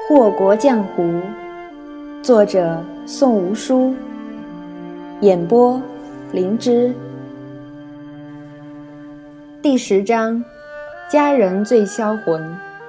祸国浆糊，作者宋无书，演播灵芝。第10章，家人最销魂。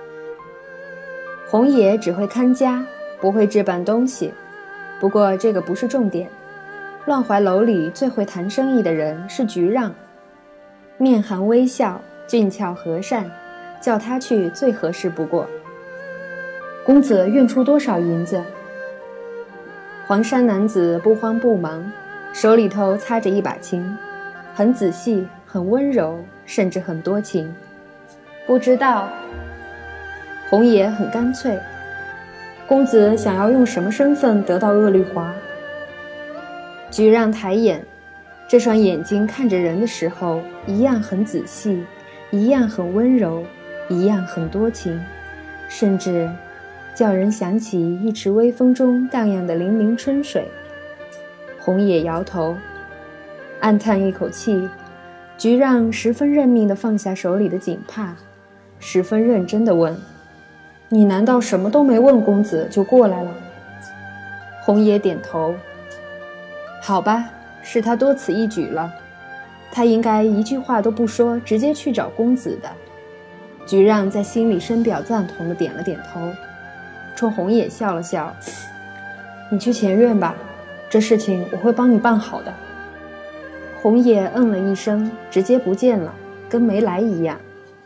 红爷只会看家，不会置办东西，不过这个不是重点。乱怀楼里最会谈生意的人是菊让，面含微笑，俊俏和善，叫他去最合适不过。公子愿出多少银子？黄衫男子不慌不忙，手里头擦着一把琴，很仔细，很温柔，甚至很多情。不知道。红爷很干脆。公子想要用什么身份得到鄂律华？菊让抬眼，这双眼睛看着人的时候，一样很仔细，一样很温柔，一样很多情，甚至叫人想起一池微风中荡漾的粼粼春水。红野摇头，暗叹一口气。菊让十分认命地放下手里的锦帕，十分认真地问：你难道什么都没问公子就过来了？红野点头。好吧，是他多此一举了，他应该一句话都不说，直接去找公子的。菊让在心里深表赞同地点了点头，冲红野笑了笑：你去前院吧，这事情我会帮你办好的。红野嗯了一声，直接不见了，跟没来一样。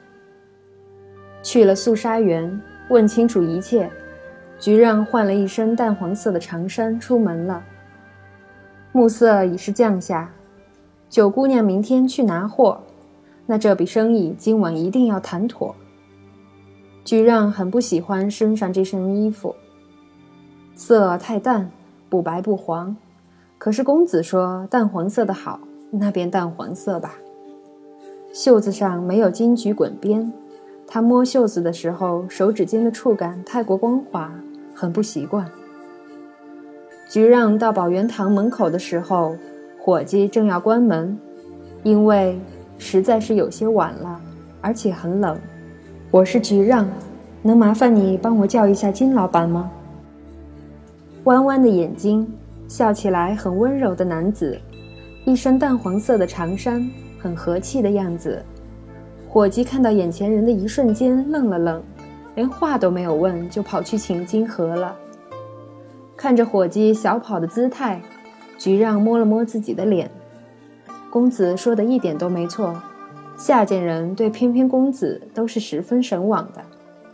去了素纱园，问清楚一切，菊让换了一身淡黄色的长衫出门了。暮色已是降下，九姑娘明天去拿货，那这笔生意今晚一定要谈妥。菊让很不喜欢身上这身衣服，色太淡，不白不黄，可是公子说淡黄色的好，那便淡黄色吧。袖子上没有金菊滚边，他摸袖子的时候手指间的触感太过光滑，很不习惯。菊让到宝源堂门口的时候，伙计正要关门，因为实在是有些晚了，而且很冷。我是菊让，能麻烦你帮我叫一下金老板吗？弯弯的眼睛，笑起来很温柔的男子，一身淡黄色的长衫，很和气的样子。伙计看到眼前人的一瞬间愣了愣，连话都没有问就跑去请金盒了。看着伙计小跑的姿态，菊让摸了摸自己的脸。公子说的一点都没错，下贱人对翩翩公子都是十分神往的。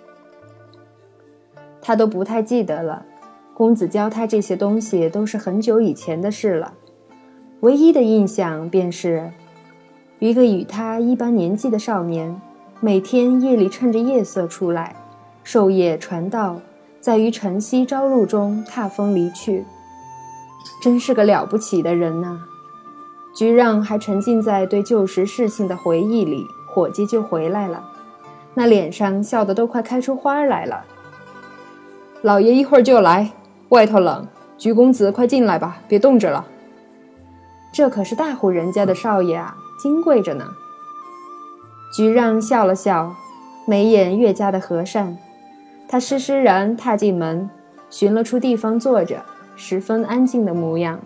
他都不太记得了，公子教他这些东西都是很久以前的事了。唯一的印象便是一个与他一般年纪的少年，每天夜里趁着夜色出来，授业传道，在于晨曦朝露中踏风离去。真是个了不起的人啊。菊让还沉浸在对旧时事情的回忆里，伙计就回来了，那脸上笑得都快开出花来了。老爷一会儿就来，外头冷，菊公子快进来吧，别冻着了。这可是大户人家的少爷啊，金贵着呢。菊让笑了笑，眉眼越加的和善。他施施然踏进门，寻了处地方坐着，十分安静的模样。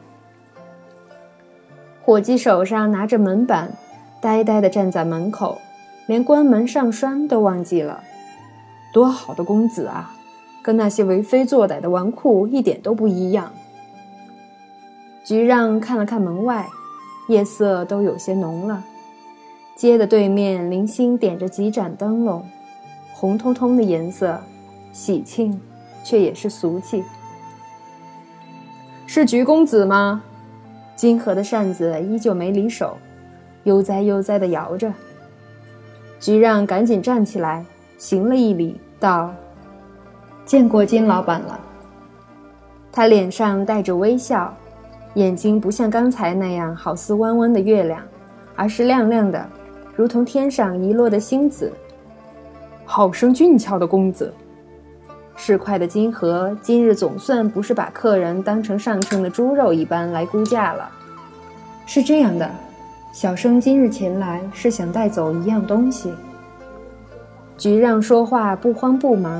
伙计手上拿着门板，呆呆地站在门口，连关门上栓都忘记了。多好的公子啊，跟那些为非作歹的纨绔一点都不一样。菊让看了看门外，夜色都有些浓了，街的对面零星点着几盏灯笼，红彤彤的颜色，喜庆却也是俗气。是菊公子吗？金河的扇子依旧没离手，悠哉悠哉地摇着。菊让赶紧站起来，行了一礼，道：见过金老板了。他脸上带着微笑，眼睛不像刚才那样好似弯弯的月亮，而是亮亮的，如同天上遗落的星子。好生俊俏的公子。市侩的金河今日总算不是把客人当成上称的猪肉一般来估价了。是这样的，小生今日前来是想带走一样东西。菊让说话不慌不忙，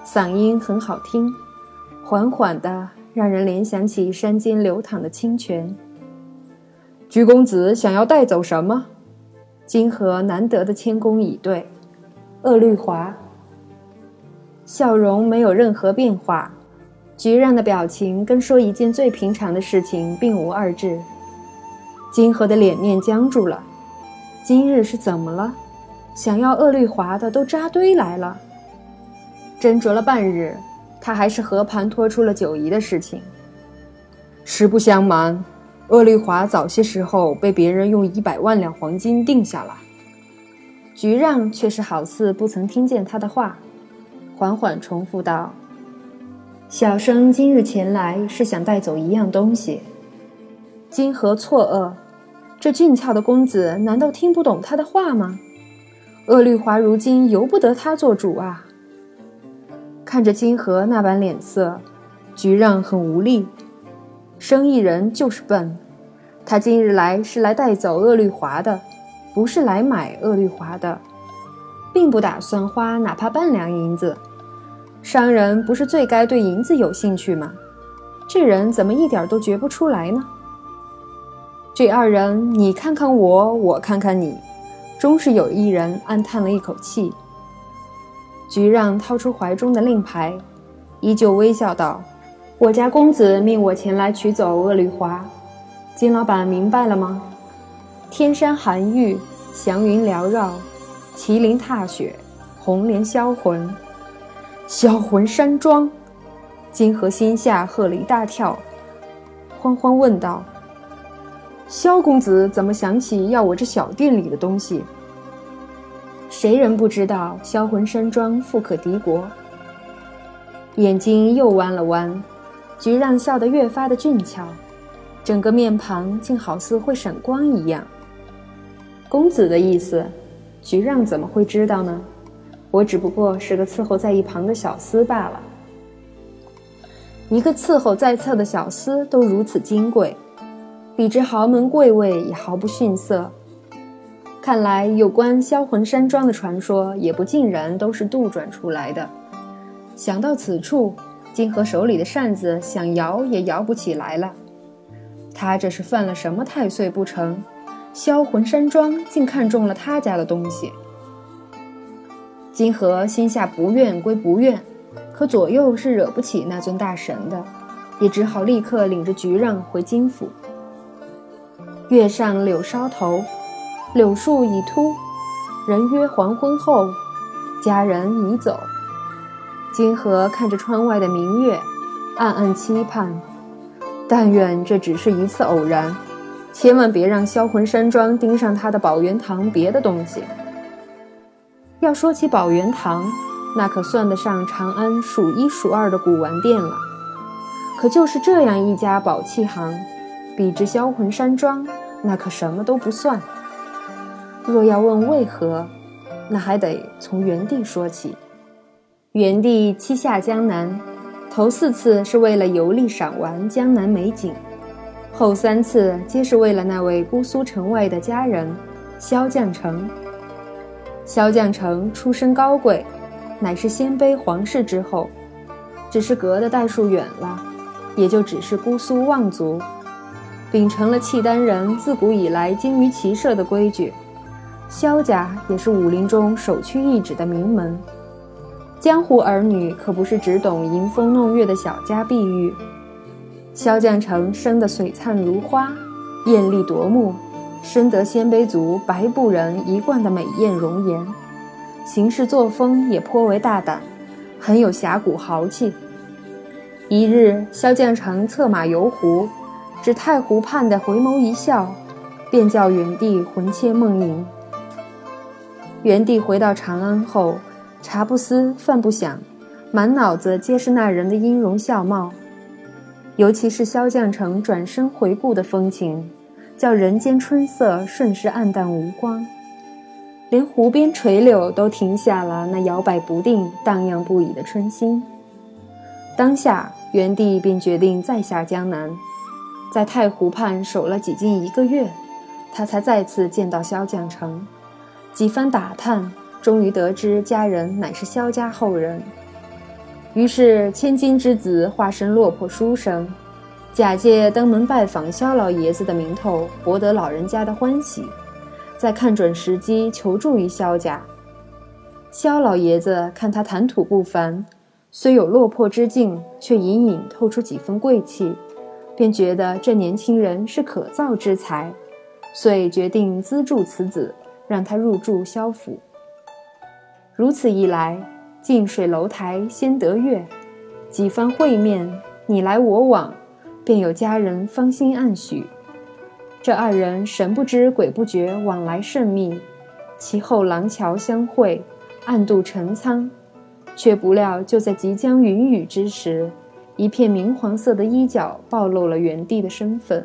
嗓音很好听，缓缓的让人联想起山间流淌的清泉。鞠公子想要带走什么？金河难得的谦恭以对。鄂律华。笑容没有任何变化，菊让的表情跟说一件最平常的事情并无二致。金河的脸面僵住了，今日是怎么了？想要鄂律华的都扎堆来了。斟酌了半日，他还是和盘托出了九姨的事情。实不相瞒，鄂律华早些时候被别人用100万两黄金定下来。菊让却是好似不曾听见他的话，缓缓重复道：小生今日前来是想带走一样东西。金河错愕，这俊俏的公子难道听不懂他的话吗？鄂律华如今由不得他做主啊。看着金河那般脸色，菊让很无力。生意人就是笨，他今日来是来带走鄂律华的，不是来买鄂律华的，并不打算花哪怕半两银子。商人不是最该对银子有兴趣吗？这人怎么一点都觉不出来呢？这二人你看看我，我看看你，终是有一人暗叹了一口气。菊让掏出怀中的令牌，依旧微笑道：我家公子命我前来取走鄂律华，金老板明白了吗？天山寒玉，祥云缭绕，麒麟踏雪，红莲销魂。销魂山庄。金河心下喝了一大跳，慌慌问道：萧公子怎么想起要我这小店里的东西？谁人不知道销魂山庄富可敌国？眼睛又弯了弯，菊让笑得越发的俊俏，整个面庞竟好似会闪光一样。公子的意思，菊让怎么会知道呢？我只不过是个伺候在一旁的小厮罢了。一个伺候在侧的小厮都如此金贵，比之豪门贵位也毫不逊色。看来有关销魂山庄的传说也不尽然都是杜撰出来的。想到此处，金河手里的扇子想摇也摇不起来了。他这是犯了什么太岁不成？销魂山庄竟看中了他家的东西。金河心下不愿归不愿，可左右是惹不起那尊大神的，也只好立刻领着菊让回金府。月上柳梢头，柳树已秃，人约黄昏后，佳人已走。金河看着窗外的明月，暗暗期盼，但愿这只是一次偶然，千万别让销魂山庄盯上他的宝元堂别的东西。要说起宝元堂，那可算得上长安数一数二的古玩店了。可就是这样一家宝器行，比之销魂山庄，那可什么都不算。若要问为何，那还得从元帝说起。元帝七下江南，头4次是为了游历赏玩江南美景，后3次皆是为了那位姑苏城外的佳人萧将成。萧将成出身高贵，乃是鲜卑皇室之后，只是隔得代数远了，也就只是姑苏望族，秉承了契丹人自古以来精于骑射的规矩。萧家也是武林中首屈一指的名门，江湖儿女可不是只懂迎风弄月的小家碧玉。萧将成生得璀璨如花，艳丽夺目，深得鲜卑族白布人一贯的美艳容颜，行事作风也颇为大胆，很有侠骨豪气。一日，萧将成策马游湖，指太湖畔的回眸一笑，便叫元帝魂牵梦萦。元帝回到长安后，茶不思饭不想，满脑子皆是那人的音容笑貌，尤其是萧将成转身回顾的风情，叫人间春色瞬时暗淡无光，连湖边垂柳都停下了那摇摆不定荡漾不已的春心。当下元帝便决定再下江南，在太湖畔守了几近1个月，他才再次见到萧将成，几番打探，终于得知家人乃是萧家后人。 于是千金之子化身落魄书生，假借登门拜访萧老爷子的名头，博得老人家的欢喜，再看准时机求助于萧家。萧老爷子看他谈吐不凡，虽有落魄之境，却隐隐透出几分贵气，便觉得这年轻人是可造之才，遂决定资助此子，让他入住萧府。如此一来，近水楼台先得月，几番会面，你来我往，便有家人芳心暗许。这二人神不知鬼不觉，往来甚密，其后廊桥相会，暗度陈仓，却不料就在即将云雨之时，一片明黄色的衣角暴露了元帝的身份。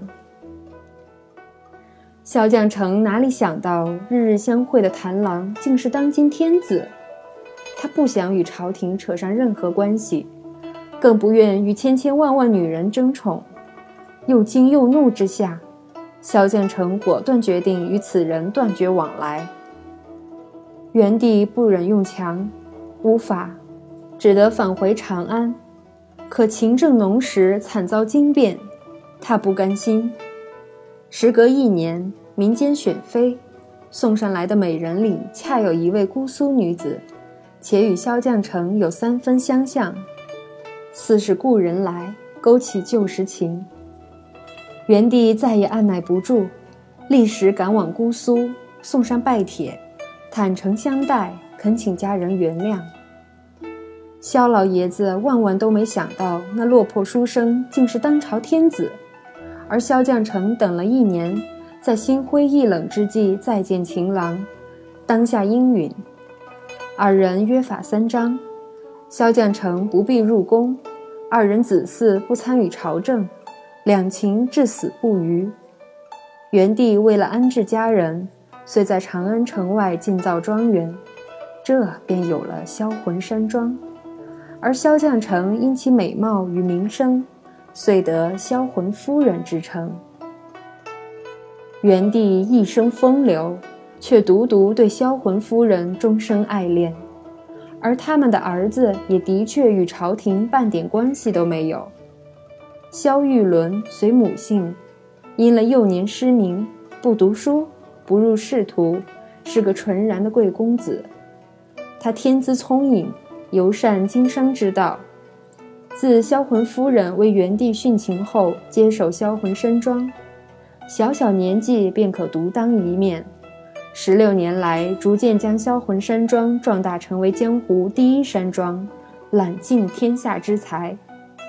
萧将成哪里想到日日相会的谭郎竟是当今天子，他不想与朝廷扯上任何关系，更不愿与千千万万女人争宠。又惊又怒之下，萧将成果断决定与此人断绝往来。元帝不忍用强，无法，只得返回长安。可勤政农时惨遭惊变，他不甘心。时隔1年，民间选妃，送上来的美人里恰有一位姑苏女子，且与萧将成有3分相像，似是故人来，勾起旧时情。元帝再也按捺不住，立时赶往姑苏，送上拜帖，坦诚相待，恳请家人原谅。萧老爷子万万都没想到，那落魄书生竟是当朝天子，而萧将成等了1年，在心灰意冷之际再见情郎，当下应允。二人约法3章，萧将成不必入宫，二人子嗣不参与朝政，两情至死不渝。元帝为了安置家人，遂在长安城外建造庄园，这便有了销魂山庄。而萧将成因其美貌与名声，遂得销魂夫人之称。元帝一生风流，却独独对销魂夫人终生爱恋，而他们的儿子也的确与朝廷半点关系都没有。萧玉伦随母姓，因了幼年失明，不读书，不入仕途，是个纯然的贵公子。他天资聪颖，尤善经商之道。自销魂夫人为元帝殉情后，接手销魂山庄，小小年纪便可独当一面。16年来，逐渐将销魂山庄壮大成为江湖第1山庄，揽尽天下之才。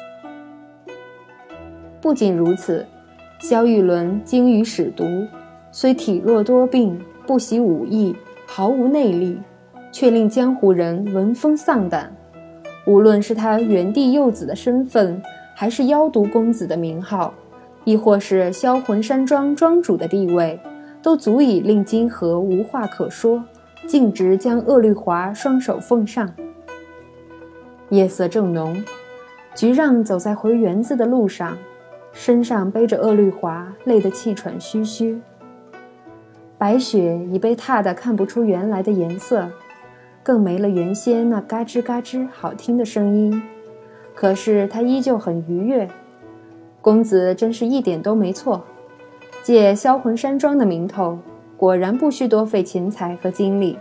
不仅如此，萧玉伦精于使读，虽体弱多病，不习武艺，毫无内力，却令江湖人闻风丧胆。无论是他元帝幼子的身份，还是妖毒公子的名号，亦或是销魂山庄庄主的地位，都足以令金河无话可说，径直将鄂律华双手奉上。夜色正浓，菊让走在回园子的路上，身上背着鄂律华，累得气喘吁吁。白雪已被踏得看不出原来的颜色，更没了原先那嘎吱嘎吱好听的声音，可是他依旧很愉悦。公子真是一点都没错，借销魂山庄的名头，果然不需多费钱财和精力。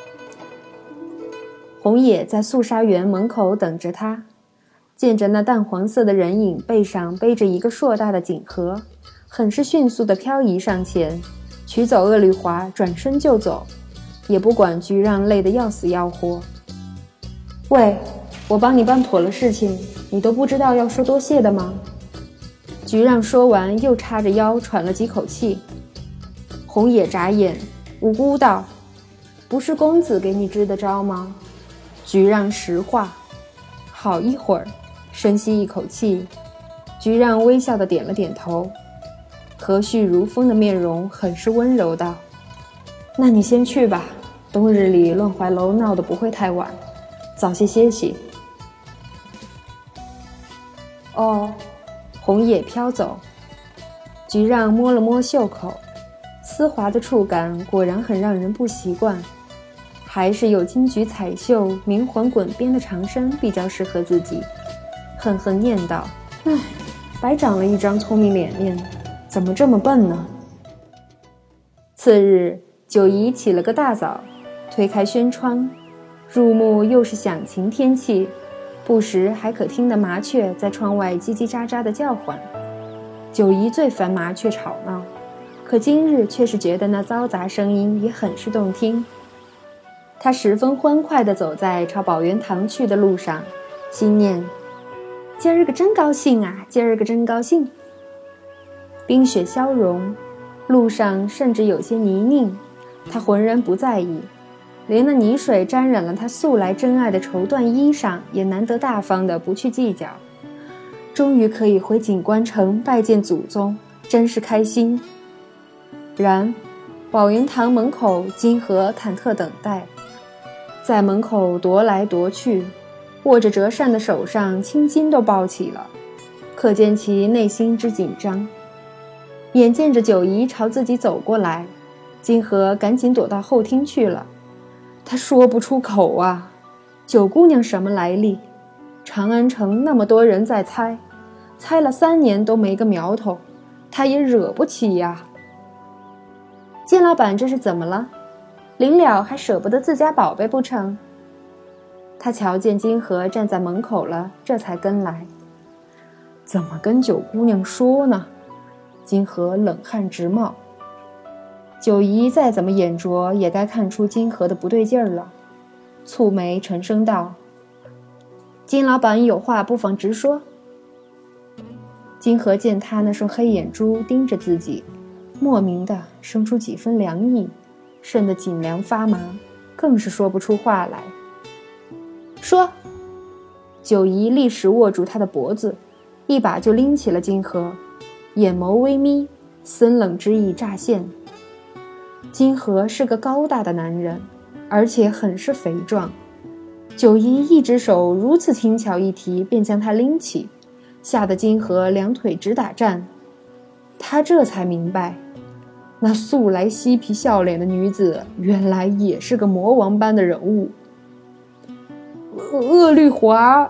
红野在肃杀园门口等着他，见着那淡黄色的人影背上背着一个硕大的锦盒，很是迅速地漂移上前，取走鄂律华，转身就走，也不管菊让累得要死要活。喂，我帮你办妥了事情，你都不知道要说多谢的吗？菊让说完，又叉着腰喘了几口气。红野眨眼，无辜道：不是公子给你支的招吗？菊让实话。好一会儿，深吸一口气，菊让微笑地点了点头，和煦如风的面容很是温柔道：那你先去吧，冬日里乱怀楼闹得不会太晚，早些歇息。哦，红叶飘走。菊让摸了摸袖口，丝滑的触感果然很让人不习惯。 还是有金菊彩绣、明环滚边的长衫比较适合自己，恨恨念道：唉，白长了一张聪明脸面，怎么这么笨呢？次日，九姨起了个大早，推开轩窗，入目又是响晴天气，不时还可听得麻雀在窗外叽叽喳喳的叫唤。九姨最烦麻雀吵闹，可今日却是觉得那嘈杂声音也很是动听。她十分欢快地走在朝宝源堂去的路上，心念：今儿个真高兴啊，今儿个真高兴。冰雪消融，路上甚至有些泥泞，她浑然不在意，连那泥水沾染了她素来珍爱的绸缎衣裳，也难得大方地不去计较。终于可以回锦官城拜见祖宗，真是开心。然宝云堂门口，金河忐忑等待，在门口踱来踱去，握着折扇的手上青筋都暴起了，可见其内心之紧张。眼见着九姨朝自己走过来，金河赶紧躲到后厅去了。他说不出口啊，九姑娘什么来历？长安城那么多人在猜，猜了3年都没个苗头，他也惹不起呀。金老板这是怎么了？临了还舍不得自家宝贝不成？他瞧见金河站在门口了，这才跟来。怎么跟九姑娘说呢？金河冷汗直冒。九姨再怎么眼拙，也该看出金河的不对劲儿了，蹙眉沉声道：金老板有话不妨直说。金河见他那双黑眼珠盯着自己，莫名的生出几分凉意，瘆得颈梁发麻，更是说不出话来。说！九姨立时握住他的脖子，一把就拎起了金河，眼眸微眯，森冷之意乍现。金河是个高大的男人，而且很是肥壮。九姨一只手如此轻巧一提，便将他拎起，吓得金河两腿直打颤。他这才明白，那素来嬉皮笑脸的女子，原来也是个魔王般的人物。鄂律华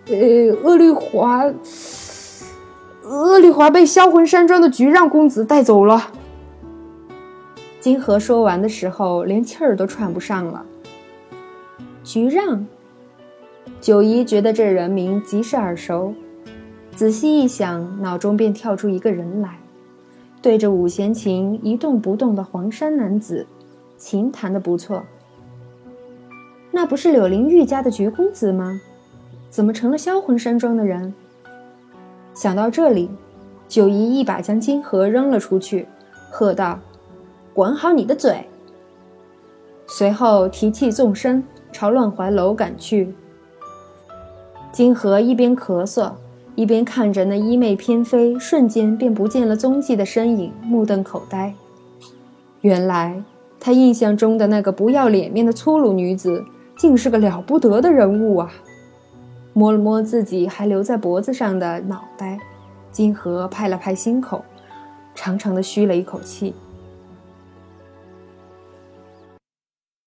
被销魂山庄的菊让公子带走了。金河说完的时候，连气儿都喘不上了。菊让，九姨觉得这人名极是耳熟，仔细一想，脑中便跳出一个人来，对着五弦琴一动不动的黄衫男子，琴弹得不错。那不是柳灵玉家的菊公子吗？怎么成了销魂山庄的人？想到这里，九姨一把将金河扔了出去，喝道：管好你的嘴！随后提气纵身朝乱怀楼赶去。金河一边咳嗽，一边看着那衣袂翩飞，瞬间便不见了踪迹的身影，目瞪口呆。原来他印象中的那个不要脸面的粗鲁女子，竟是个了不得的人物啊！摸了摸自己还留在脖子上的脑袋，金河拍了拍心口，长长的吁了一口气。